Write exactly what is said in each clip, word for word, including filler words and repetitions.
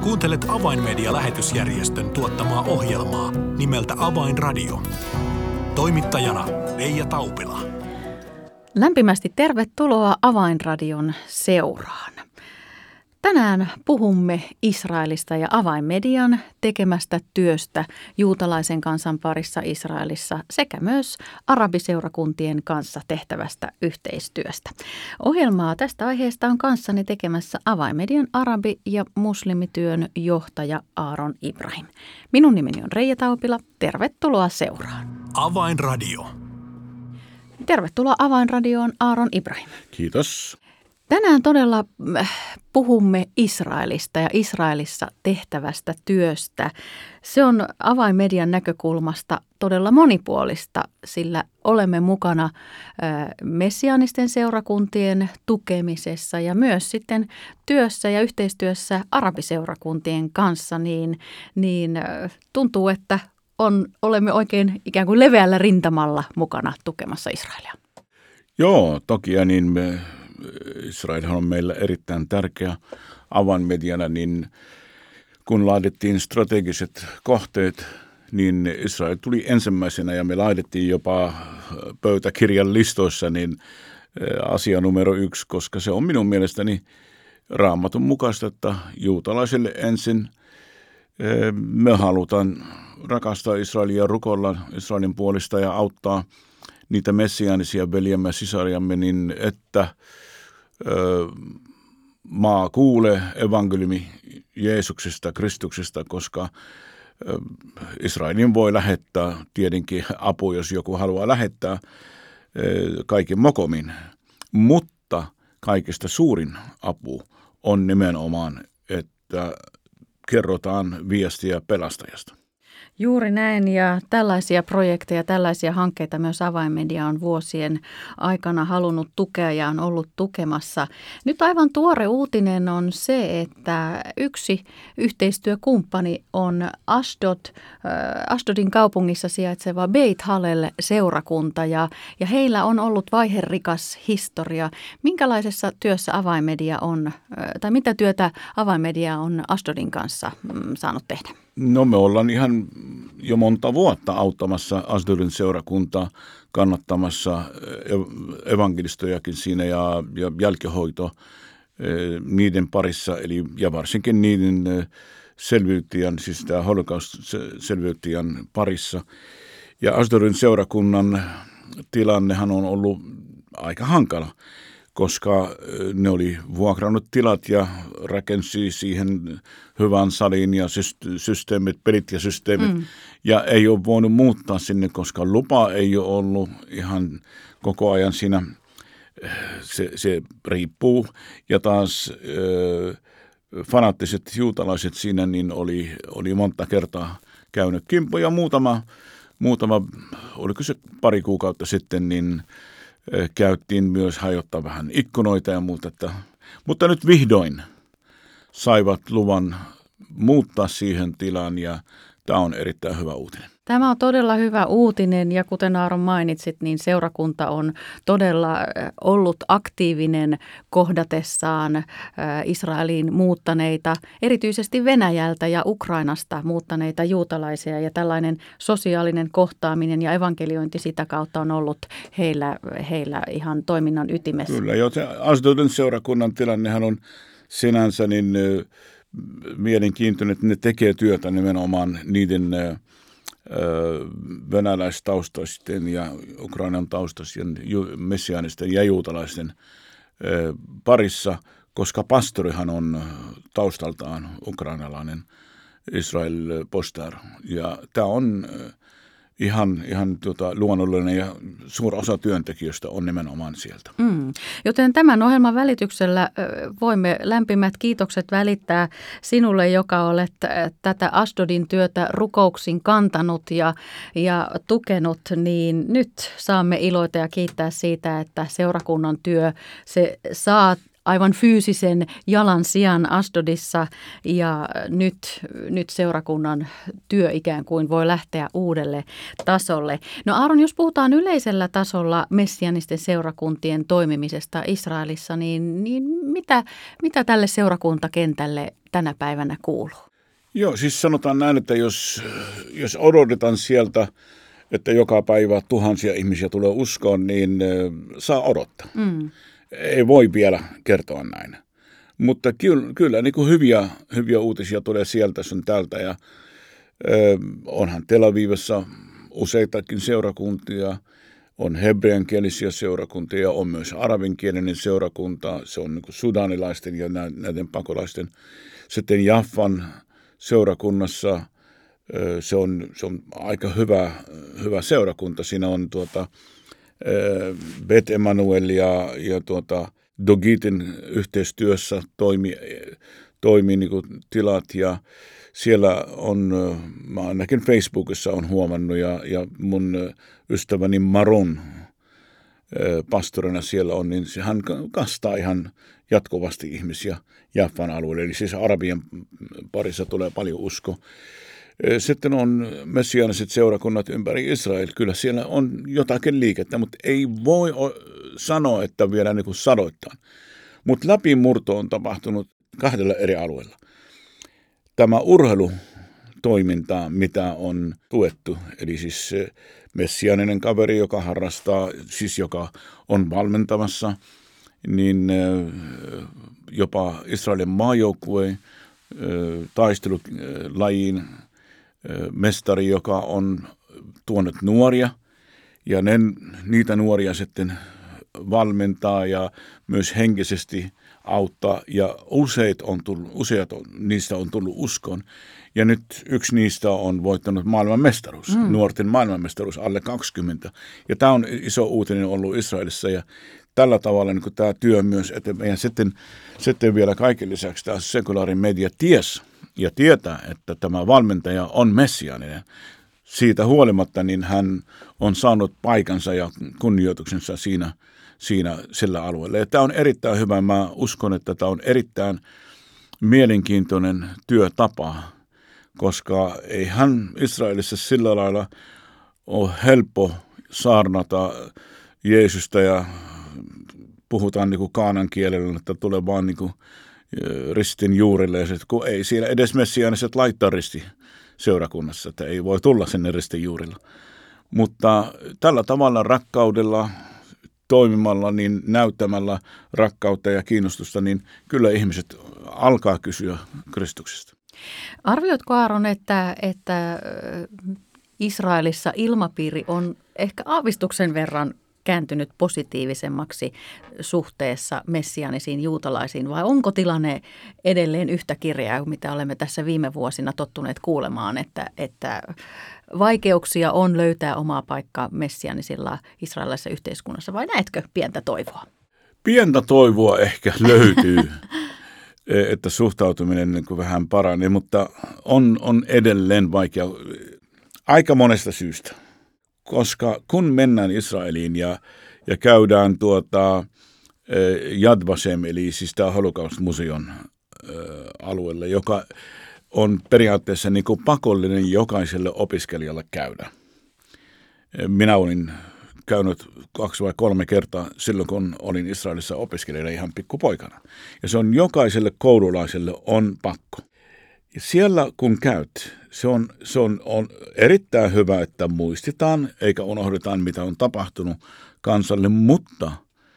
Kuuntelet Avainmedia-lähetysjärjestön tuottamaa ohjelmaa nimeltä Avainradio. Toimittajana Leija Taupila. Lämpimästi tervetuloa Avainradion seuraan. Tänään puhumme Israelista ja Avainmedian tekemästä työstä juutalaisen kansan parissa Israelissa sekä myös arabiseurakuntien kanssa tehtävästä yhteistyöstä. Ohjelmaa tästä aiheesta on kanssani tekemässä Avainmedian arabi- ja muslimityön johtaja Aaron Ibrahim. Minun nimeni on Leija Taupila. Tervetuloa seuraan. Avainradio. Tervetuloa Avainradioon Aaron Ibrahim. Kiitos. Tänään todella puhumme Israelista ja Israelissa tehtävästä työstä. Se on Avainmedian näkökulmasta todella monipuolista, sillä olemme mukana messiaanisten seurakuntien tukemisessa ja myös sitten työssä ja yhteistyössä arabiseurakuntien kanssa, niin, niin tuntuu, että on, olemme oikein ikään kuin leveällä rintamalla mukana tukemassa Israelia. Joo, toki ja niin me Israelhan on meillä erittäin tärkeä avainmediana, niin kun laadittiin strategiset kohteet, niin Israel tuli ensimmäisenä ja me laitettiin jopa pöytäkirjan listoissa niin asia numero yksi, koska se on minun mielestäni Raamatun mukaista, että juutalaisille ensin me halutaan rakastaa Israelia, rukoilla Israelin puolesta ja auttaa niitä messiaanisia veljemme ja sisariamme niin, että ö, maa kuulee evankeliumi Jeesuksesta, Kristuksesta, koska ö, Israelin voi lähettää tietenkin apu, jos joku haluaa lähettää ö, kaiken mokomin. Mutta kaikista suurin apu on nimenomaan, että kerrotaan viestiä pelastajasta. Juuri näin, ja tällaisia projekteja, tällaisia hankkeita myös Avainmedia on vuosien aikana halunnut tukea ja on ollut tukemassa. Nyt aivan tuore uutinen on se, että yksi yhteistyökumppani on Ashdod, äh, Ashdodin kaupungissa sijaitseva Beit Hallel-seurakunta, ja, ja heillä on ollut vaiherikas historia. Minkälaisessa työssä Avainmedia on, äh, tai mitä työtä Avainmedia on Ashdodin kanssa mm, saanut tehdä? No me ollaan ihan jo monta vuotta auttamassa Ashdodin seurakuntaa, kannattamassa evankelistojakin siinä ja, ja jälkihoito niiden parissa, eli ja varsinkin niiden selviytyjän, siis tämä holocaust-selviytyjän parissa. Ja Ashdodin seurakunnan tilannehan on ollut aika hankala, koska ne oli vuokrannut tilat ja rakensi siihen hyvän salin ja systeemit, pelit ja systeemit. Mm. Ja ei ole voinut muuttaa sinne, koska lupa ei ole ollut ihan koko ajan siinä. Se, se riippuu. Ja taas äh, fanaattiset juutalaiset siinä niin oli, oli monta kertaa käynyt kimppuun. Ja muutama, muutama, oliko se pari kuukautta sitten, niin käyttiin myös hajottaa vähän ikkunoita ja muuta. Että, mutta nyt vihdoin saivat luvan muuttaa siihen tilaan ja tämä on erittäin hyvä uutinen. Tämä on todella hyvä uutinen ja kuten Aaron mainitsit, niin seurakunta on todella ollut aktiivinen kohdatessaan Israeliin muuttaneita, erityisesti Venäjältä ja Ukrainasta muuttaneita juutalaisia, ja tällainen sosiaalinen kohtaaminen ja evankeliointi sitä kautta on ollut heillä, heillä ihan toiminnan ytimessä. Kyllä, jo se Ashdodin seurakunnan tilannehan on sinänsä niin mielenkiintoinen, että ne tekee työtä nimenomaan niiden venäläistaustaisten ja Ukrainan taustaisten messiaanisten ja juutalaisten parissa, koska pastorihan on taustaltaan ukrainalainen Israel Postar. Ja tämä on ihan, ihan tuota, luonnollinen ja suuri osa työntekijöistä on nimenomaan sieltä. Mm. Joten tämän ohjelman välityksellä voimme lämpimät kiitokset välittää sinulle, joka olet tätä Ashdodin työtä rukouksin kantanut ja, ja tukenut, niin nyt saamme iloita ja kiittää siitä, että seurakunnan työ se saa aivan fyysisen jalan sijaan Asdodissa ja nyt, nyt seurakunnan työ ikään kuin voi lähteä uudelle tasolle. No Aaron, jos puhutaan yleisellä tasolla messianisten seurakuntien toimimisesta Israelissa, niin, niin mitä, mitä tälle seurakuntakentälle tänä päivänä kuuluu? Joo, siis sanotaan näin, että jos, jos odotetaan sieltä, että joka päivä tuhansia ihmisiä tulee uskoon, niin saa odottaa. Mm. Ei voi vielä kertoa näin. Mutta kyllä, kyllä niin kuin hyviä, hyviä uutisia tulee sieltä sun täältä. Ja, ö, onhan Tel Avivissa useitakin seurakuntia, on hebreankielisiä seurakuntia, on myös arabinkielinen seurakunta, se on niin kuin sudanilaisten ja näiden pakolaisten. Sitten Jaffan seurakunnassa se on, se on aika hyvä, hyvä seurakunta. Siinä on tuota, Bet Emanuel ja, ja tuota, Dogitin yhteistyössä toimii, toimii niin kuin tilat ja siellä on, mä ainakin Facebookissa on huomannut ja, ja mun ystäväni Maron pastorina siellä on, niin hän kastaa ihan jatkuvasti ihmisiä Jaffan alueelle. Eli siis arabien parissa tulee paljon usko. Sitten on messiaaniset seurakunnat ympäri Israel. Kyllä siellä on jotakin liikettä, mutta ei voi sanoa, että vielä niin kuin sadoittain. Mutta läpimurto on tapahtunut kahdella eri alueella. Tämä urheilutoiminta, mitä on tuettu, eli siis messiaaninen kaveri, joka harrastaa, siis joka on valmentamassa, niin jopa Israelin maajoukkue taistelulajiin mestari, joka on tuonut nuoria, ja ne, niitä nuoria sitten valmentaa ja myös henkisesti auttaa, ja useat on tullut, useat on, niistä on tullut uskon, ja nyt yksi niistä on voittanut maailmanmestaruus, mm. nuorten maailmanmestaruus alle kaksikymmentä, ja tämä on iso uutinen ollut Israelissa, ja tällä tavalla niin tämä työ myös eteenpäin, ja sitten, sitten vielä kaiken lisäksi tämä sekulaarin media ties, ja tietää, että tämä valmentaja on messiaaninen. Siitä huolimatta niin hän on saanut paikansa ja kunnioituksensa siinä, siinä sillä alueella. Ja tämä on erittäin hyvä. Mä uskon, että tämä on erittäin mielenkiintoinen työtapa, koska eihän Israelissa sillä lailla ole helppo saarnata Jeesusta ja puhutaan niin kuin kaanan kielellä, että tulee vaan niin kuin ristin juurille, ja sit, kun ei siellä edes messiaaniset laittaa risti seurakunnassa, että ei voi tulla sinne ristin juurilla. Mutta tällä tavalla rakkaudella, toimimalla, niin näyttämällä rakkautta ja kiinnostusta, niin kyllä ihmiset alkaa kysyä Kristuksesta. Arvioitko, Aaron, että, että Israelissa ilmapiiri on ehkä aavistuksen verran kääntynyt positiivisemmaksi suhteessa messiaanisiin juutalaisiin, vai onko tilanne edelleen yhtä kirjaa, mitä olemme tässä viime vuosina tottuneet kuulemaan, että, että vaikeuksia on löytää omaa paikkaa messiaanisilla israelilaisessa yhteiskunnassa, vai näetkö pientä toivoa? Pientä toivoa ehkä löytyy, että suhtautuminen niin kuin vähän paranee, mutta on, on edelleen vaikea aika monesta syystä. Koska kun mennään Israeliin ja, ja käydään tuota Yad Vashem, eli siis tämä Holocaust-museon alueella, joka on periaatteessa niin kuin pakollinen jokaiselle opiskelijalle käydä. Minä olin käynyt kaksi vai kolme kertaa silloin, kun olin Israelissa opiskelijana ihan pikkupoikana. Ja se on jokaiselle koululaiselle on pakko. Ja siellä kun käyt, se on, se on, on erittäin hyvä, että muistetaan eikä unohdetaan, mitä on tapahtunut kansalle, mutta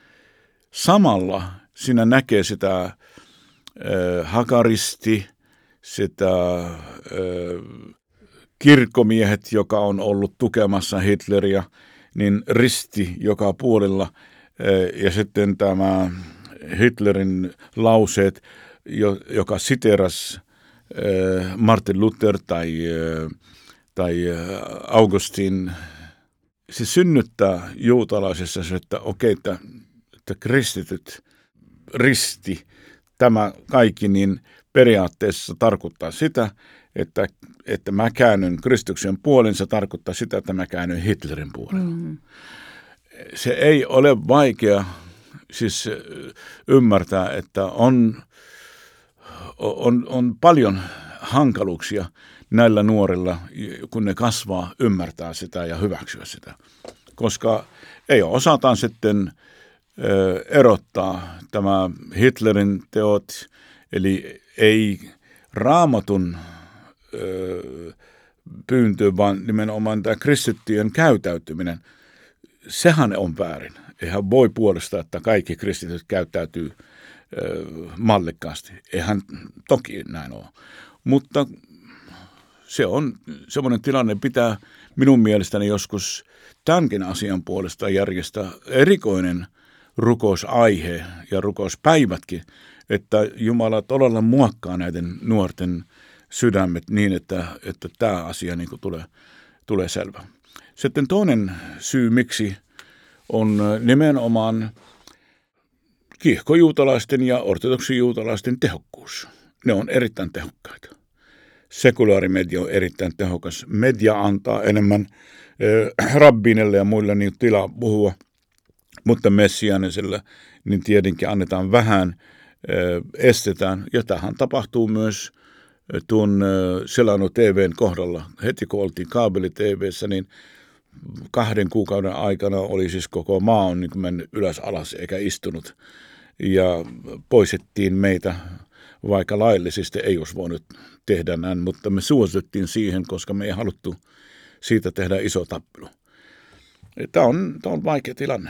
samalla siinä näkee sitä äh, hakaristi, sitä äh, kirkkomiehet, joka on ollut tukemassa Hitleriä, niin risti joka puolella äh, ja sitten tämä Hitlerin lauseet, jo, joka siteerasi Martin Luther tai, tai Augustin, se synnyttää juutalaisessa se, että okei, että, että kristityt, risti, tämä kaikki, niin periaatteessa tarkoittaa sitä, että, että mä käännyn Kristuksen puolen, se tarkoittaa sitä, että mä käännyn Hitlerin puolen. Mm-hmm. Se ei ole vaikea siis ymmärtää, että on, on, on paljon hankaluuksia näillä nuorilla, kun ne kasvaa, ymmärtää sitä ja hyväksyä sitä. Koska ei osataan sitten ö, erottaa tämä Hitlerin teot, eli ei Raamatun ö, pyyntö, vaan nimenomaan tämä kristittyjen käyttäytyminen, sehän on väärin. Eihän voi puolestaan, että kaikki kristityt käyttäytyy ö, mallikkaasti. Eihän toki näin ole. Mutta se on semmoinen tilanne, pitää minun mielestäni joskus tämänkin asian puolesta järjestää erikoinen rukousaihe ja rukouspäivätkin, että Jumala todella muokkaa näiden nuorten sydämet niin, että, että tämä asia niin kuin tulee, tulee selvä. Sitten toinen syy, miksi on nimenomaan kiihkojuutalaisten ja ortodoksijuutalaisten tehokkuus. Ne on erittäin tehokkaita. Sekulaarimedia on erittäin tehokas. Media antaa enemmän äh, rabbiinille ja muille niin tilaa puhua, mutta messiaaniselle niin tietenkin annetaan vähän, äh, estetään. Ja tähän tapahtuu myös tuon äh, Selano T V:n kohdalla. Heti kun oltiin kaabeli-T V:ssä, niin kahden kuukauden aikana oli siis koko maa on niin kuin mennyt ylös alas eikä istunut. Ja poistettiin meitä, vaikka laillisesti ei olisi voinut tehdä näin, mutta me suosittiin siihen, koska me ei haluttu siitä tehdä iso tappelu. Tämä on, tämä on vaikea tilanne.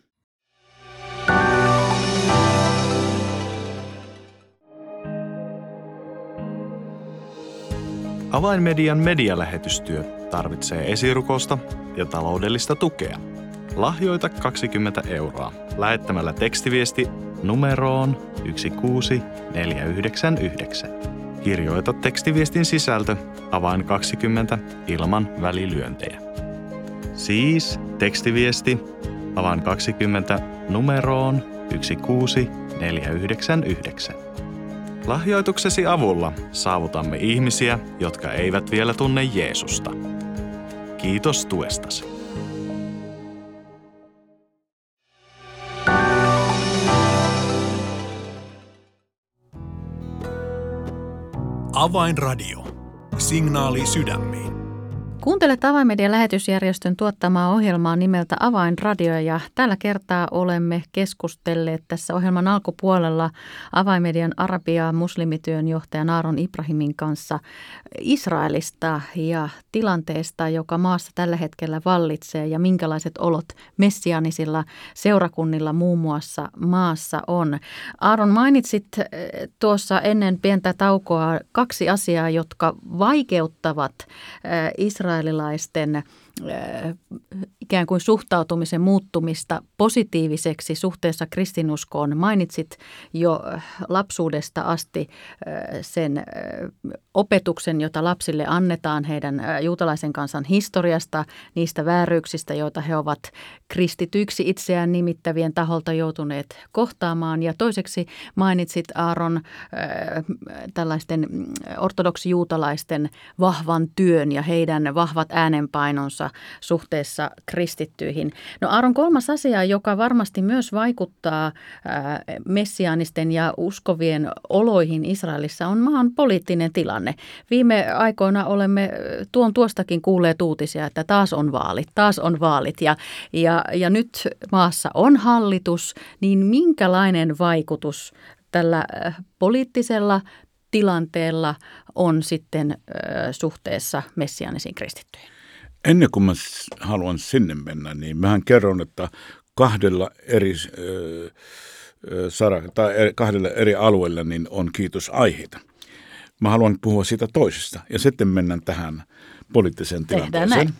Avainmedian medialähetystyö tarvitsee esirukousta ja taloudellista tukea. Lahjoita kaksikymmentä euroa lähettämällä tekstiviesti numeroon yksi kuusi neljä yhdeksän yhdeksän. Kirjoita tekstiviestin sisältö avain kaksikymmentä ilman välilyöntejä. Siis tekstiviesti avain kaksikymmentä numeroon yksi kuusi neljä yhdeksän yhdeksän. Lahjoituksesi avulla saavutamme ihmisiä, jotka eivät vielä tunne Jeesusta. Kiitos tuestasi. Avainradio. Signaali sydämiin. Kuuntelet Avainmedian lähetysjärjestön tuottamaa ohjelmaa nimeltä Avainradio ja tällä kertaa olemme keskustelleet tässä ohjelman alkupuolella Avainmedian arabia muslimityön johtajan Aaron Ibrahimin kanssa Israelista ja tilanteesta, joka maassa tällä hetkellä vallitsee ja minkälaiset olot messiaanisilla seurakunnilla muun muassa maassa on. Aaron, mainitsit tuossa ennen pientä taukoa kaksi asiaa, jotka vaikeuttavat Israelin israelilaisten ikään kuin suhtautumisen muuttumista positiiviseksi suhteessa kristinuskoon. Mainitsit jo lapsuudesta asti sen opetuksen, jota lapsille annetaan heidän juutalaisen kansan historiasta, niistä vääryyksistä, joita he ovat kristityiksi itseään nimittävien taholta joutuneet kohtaamaan. Ja toiseksi mainitsit, Aaron, tällaisten ortodoksijuutalaisten vahvan työn ja heidän vahvat äänenpainonsa suhteessa kristittyihin. No Aaron, kolmas asia, joka varmasti myös vaikuttaa ää, messiaanisten ja uskovien oloihin Israelissa, on maan poliittinen tilanne. Viime aikoina olemme tuon tuostakin kuulleet uutisia, että taas on vaalit, taas on vaalit ja, ja, ja nyt maassa on hallitus, niin minkälainen vaikutus tällä poliittisella tilanteella on sitten äh, suhteessa messiaanisiin kristittyihin? Ennen kuin mä haluan sinne mennä, niin mähän kerron, että kahdella eri, äh, tai kahdella eri alueella niin on kiitosaiheita. Mä haluan puhua siitä toisesta ja sitten mennään tähän poliittiseen tilanteeseen.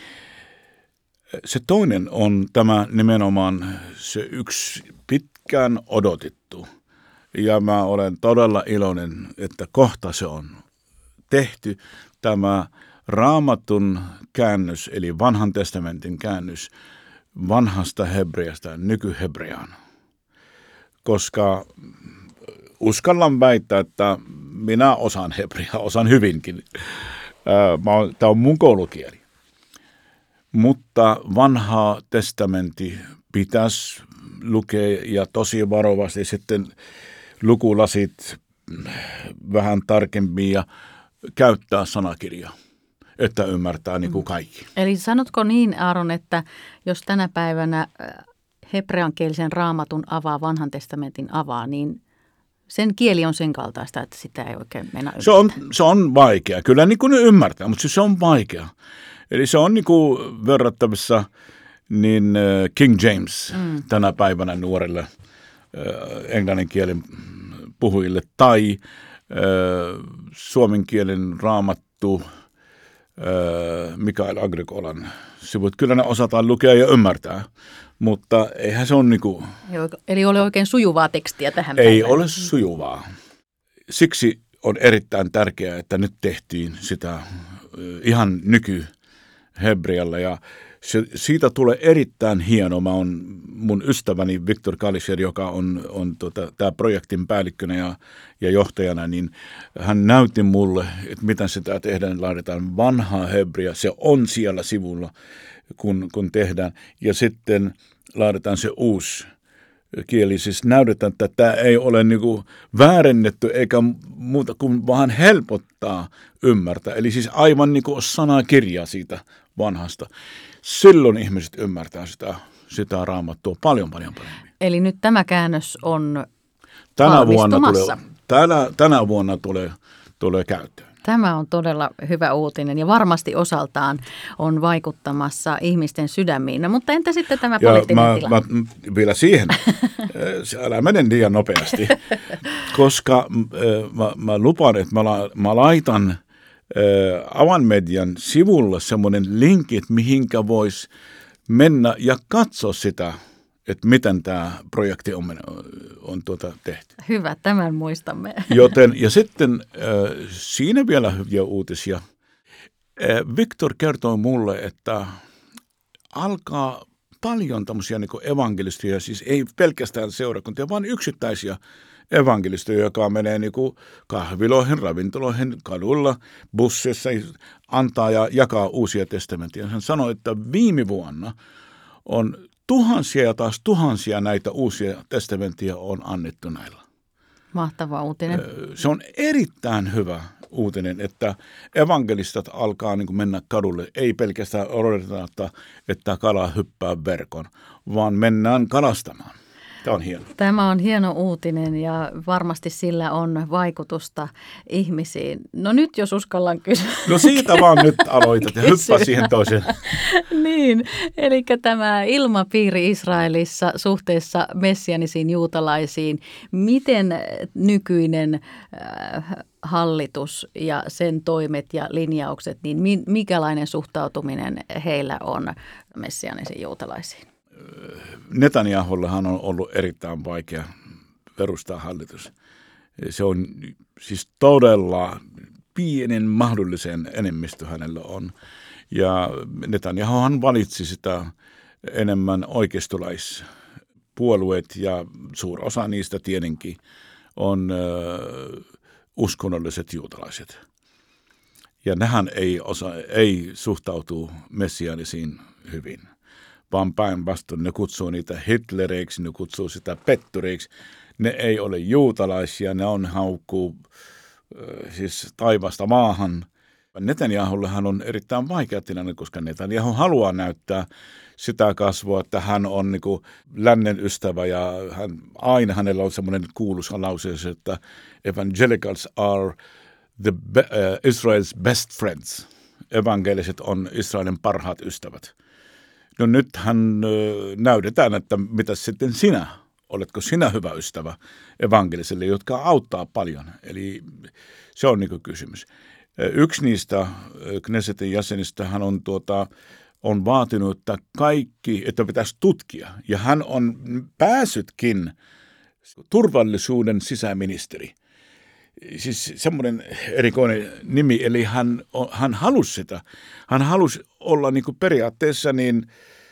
Se toinen on tämä nimenomaan se yksi pitkään odotettu. Ja mä olen todella iloinen, että kohta se on tehty. Tämä Raamatun käännös, eli vanhan testamentin käännös vanhasta hebreasta nykyhebreaan. Koska uskallan väittää, että minä osaan hebreaa, osaan hyvinkin. Tämä on mun koulukieli. Mutta vanha testamentti pitäisi lukee ja tosi varovasti sitten lukulasit vähän tarkemmin ja käyttää sanakirjaa, että ymmärtää niin kuin kaikki. Eli sanotko niin, Aaron, että jos tänä päivänä hebreankielisen raamatun avaa, vanhan testamentin avaa, niin sen kieli on sen kaltaista, että sitä ei oikein mennä ymmärtää. Se on, se on vaikea. Kyllä niin kuin ne ymmärtää, mutta se on vaikea. Eli se on niin kuin verrattavissa niin King James mm. tänä päivänä nuorille äh, englannin kielen puhujille tai äh, suomen kielen raamattu äh, Mikael Agricolan sivut. Kyllä ne osataan lukea ja ymmärtää, mutta eihän se ole niin kuin... Eli ole oikein sujuvaa tekstiä tähän Ei päivään. ole sujuvaa. Siksi on erittäin tärkeää, että nyt tehtiin sitä ihan nyky-hebrealla ja se, siitä tulee erittäin hieno. Mä on mun ystäväni Viktor Kalisher, joka on, on tota, tämä projektin päällikkönä ja, ja johtajana, niin hän näytti mulle, että miten sitä tehdään. Laitetaan vanhaa hebrea, se on siellä sivulla, kun, kun tehdään. Ja sitten laitetaan se uusi kieli. Siis näytetään, että tämä ei ole niinku väärennetty eikä muuta kuin vaan helpottaa ymmärtää. Eli siis aivan niinku sanakirja siitä vanhasta. Silloin ihmiset ymmärtää sitä, sitä raamattua paljon, paljon paremmin. Eli nyt tämä käännös on tänä vuonna valmistumassa. tulee, tänä, tänä vuonna tulee, tulee käyttöön. Tämä on todella hyvä uutinen ja varmasti osaltaan on vaikuttamassa ihmisten sydämiin. No, mutta entä sitten tämä poliittinen mä, tilanne? Mä, vielä siihen, älä mene liian nopeasti, koska mä, mä lupaan, että mä, la, mä laitan äh, Avainmedian sivulla semmoinen linkki, mihinkä voisi mennä ja katsoa sitä, että miten tämä projekti on, on tuota tehty. Hyvä, tämän muistamme. Joten, ja sitten äh, siinä vielä hyviä uutisia. Äh, Viktor kertoi mulle, että alkaa paljon tämmöisiä niin kuin evankelisteja, siis ei pelkästään seurakuntia, vaan yksittäisiä evankelisteja, joka menee niin kuin kahviloihin, ravintoloihin, kadulla, bussissa, antaa ja jakaa uusia testamentteja. Hän sanoi, että viime vuonna on tuhansia ja taas tuhansia näitä uusia testamentteja on annettu näillä. Mahtava uutinen. Se on erittäin hyvä uutinen, että evankelistat alkaa niin kuin mennä kadulle. Ei pelkästään odoteta, että, että kala hyppää verkon, vaan mennään kalastamaan. Tämä on hieno. Tämä on hieno uutinen ja varmasti sillä on vaikutusta ihmisiin. No nyt jos uskallan kysyä. No siitä vaan nyt aloitat ja hyppää siihen toiseen. Niin, eli tämä ilmapiiri Israelissa suhteessa messianisiin juutalaisiin. Miten nykyinen äh, hallitus ja sen toimet ja linjaukset, niin mi- mikälainen suhtautuminen heillä on messianisiin juutalaisiin? Netanyahullahan on ollut erittäin vaikea perustaa hallitus. Se on siis todella pienen mahdollisen enemmistö hänellä on. Ja Netanyahuhan valitsi sitä enemmän oikeistolaispuolueet ja suuri osa niistä tietenkin on ö, uskonnolliset juutalaiset. Ja nehän ei, osa, ei suhtautu messiaanisiin hyvin. Vaan päinvastoin ne kutsuu niitä Hitlereiksi, ne kutsuu sitä pettureiksi. Ne ei ole juutalaisia, ne on haukkuu siis taivasta maahan. Netanyahullehan on erittäin vaikea tilanne, koska Netanyahu haluaa näyttää sitä kasvua, että hän on niin kuin lännen ystävä ja hän, aina hänellä on semmoinen kuuluisa lause, että evangelicals are the be, uh, Israel's best friends. Evankeliset on Israelin parhaat ystävät. No nythän näytetään, että mitä sitten sinä, oletko sinä hyvä ystävä evankeliselle, jotka auttaa paljon. Eli se on niin kuin kysymys. Yksi niistä Knessetin jäsenistä hän on, tuota, on vaatinut, että kaikki, että pitäisi tutkia. Ja hän on päässytkin turvallisuuden sisäministeri. Siis semmoinen erikoinen nimi, eli hän, hän halusi sitä. Hän halusi olla niin kuin periaatteessa niin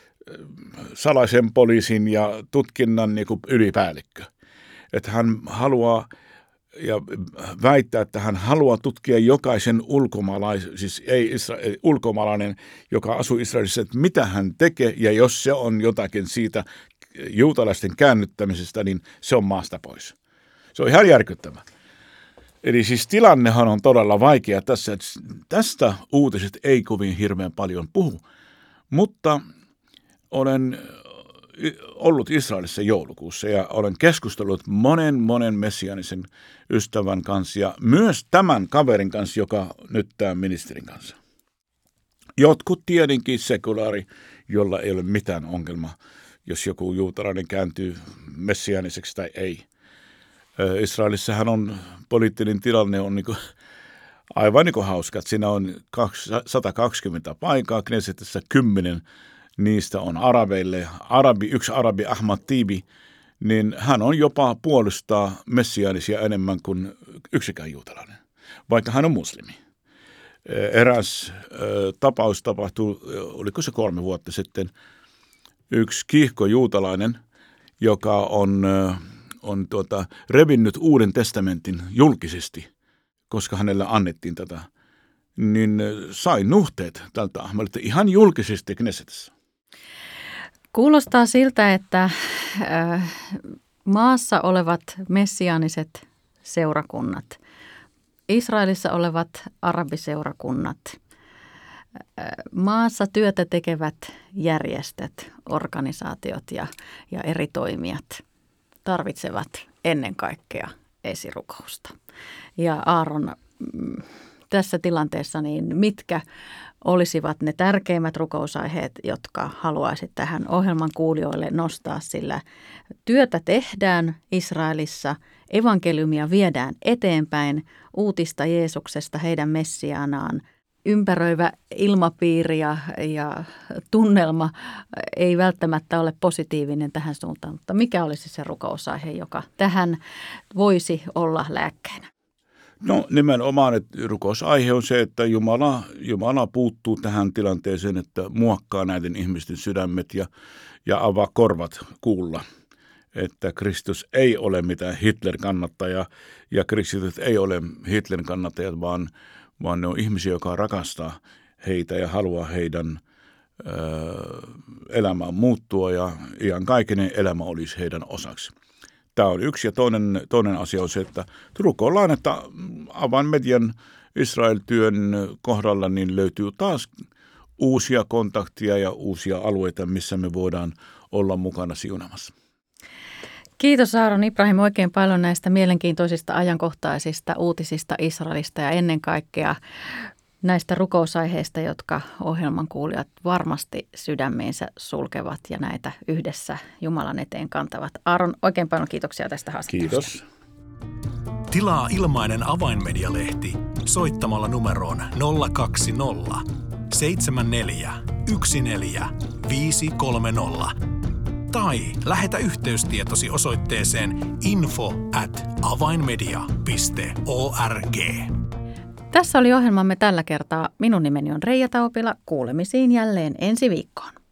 salaisen poliisin ja tutkinnan niin kuin ylipäällikkö. Että hän haluaa ja väittää, että hän haluaa tutkia jokaisen ulkomaalaisen, siis ei Isra- ulkomaalainen, joka asuu Israelissa, että mitä hän tekee ja jos se on jotakin siitä juutalaisten käännyttämisestä, niin se on maasta pois. Se on ihan järkyttävä. Eli siis tilannehan on todella vaikea tässä, että tästä uutiset ei kovin hirveän paljon puhu, mutta olen ollut Israelissa joulukuussa ja olen keskustellut monen, monen messiaanisen ystävän kanssa ja myös tämän kaverin kanssa, joka nyt tämän ministerin kanssa. Jotkut tietenkin sekulaari, jolla ei ole mitään ongelmaa, jos joku juutalainen kääntyy messiaaniseksi tai ei. Israelissahan on poliittinen tilanne on niin kuin, aivan niin kuin hauska, että siinä on sata kaksikymmentä paikkaa, Knessetissä kymmenen, niistä on arabeille. Arabi, yksi arabi Ahmad Tibi, niin hän on jopa puolustaa messiaanisia enemmän kuin yksikään juutalainen, vaikka hän on muslimi. Eräs tapaus tapahtui, oliko se kolme vuotta sitten, yksi kiihko juutalainen, joka on, on tuota, revinnyt Uuden testamentin julkisesti, koska hänelle annettiin tätä, niin sai nuhteet tältä Ahmadilta ihan julkisesti Knessetissä. Kuulostaa siltä, että maassa olevat messiaaniset seurakunnat, Israelissa olevat arabiseurakunnat, maassa työtä tekevät järjestöt, organisaatiot ja, ja eri toimijat tarvitsevat ennen kaikkea esirukousta. Ja Aaron, tässä tilanteessa, niin mitkä olisivat ne tärkeimmät rukousaiheet, jotka haluaisit tähän ohjelman kuulijoille nostaa, sillä työtä tehdään Israelissa, evankeliumia viedään eteenpäin, uutista Jeesuksesta, heidän Messiaanaan, ympäröivä ilmapiiri ja, ja tunnelma ei välttämättä ole positiivinen tähän suuntaan, mutta mikä olisi se rukousaihe, joka tähän voisi olla lääkkeenä? No nimenomaan, että rukousaihe on se, että Jumala, Jumala puuttuu tähän tilanteeseen, että muokkaa näiden ihmisten sydämet ja, ja avaa korvat kuulla. Että Kristus ei ole mitään Hitler-kannattaja ja kristityt ei ole Hitlerin kannattajat, vaan, vaan ne on ihmisiä, jotka rakastaa heitä ja haluaa heidän ö, elämään muuttua ja iankaikkinen elämä olisi heidän osaksi. Tämä on yksi ja toinen, toinen asia on se, että rukoillaan, että Avainmedian Israel-työn kohdalla niin löytyy taas uusia kontakteja ja uusia alueita, missä me voidaan olla mukana siunamassa. Kiitos Aaron Ibrahim oikein paljon näistä mielenkiintoisista ajankohtaisista uutisista Israelista ja ennen kaikkea näistä rukousaiheista, jotka ohjelman kuulijat varmasti sydämiinsä sulkevat ja näitä yhdessä Jumalan eteen kantavat. Aaron, oikein paljon kiitoksia tästä haastattelusta. Kiitos. Tilaa ilmainen Avainmedia-lehti soittamalla numeroon nolla kaksi nolla seitsemän neljä yksi neljä viisi kolme nolla tai lähetä yhteystietosi osoitteeseen info at avainmedia piste org. Tässä oli ohjelmamme tällä kertaa. Minun nimeni on Reija Taupila. Kuulemisiin jälleen ensi viikkoon.